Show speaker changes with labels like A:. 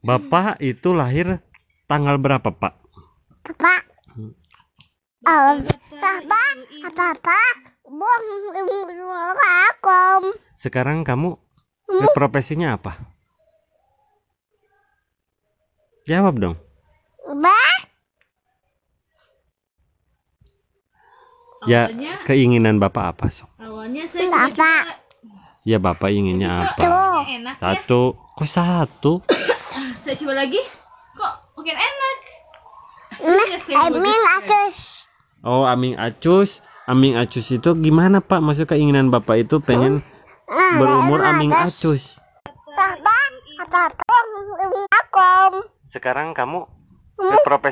A: Bapak itu lahir tanggal berapa, Pak?
B: Papa. Papa.
A: Sekarang kamu profesinya apa? Jawab dong. Ya, keinginan Bapak apa, Sok?
C: Awalnya saya
B: Bapak.
A: Ya, Bapak inginnya apa?
C: enak ya.
A: Satu. Kok satu?
C: Saya coba lagi. Kok makin enak?
A: Oh, Aming Acus. Aming Acus itu gimana, Pak? Maksud keinginan Bapak itu pengen berumur Aming Acus. Sekarang kamu profesi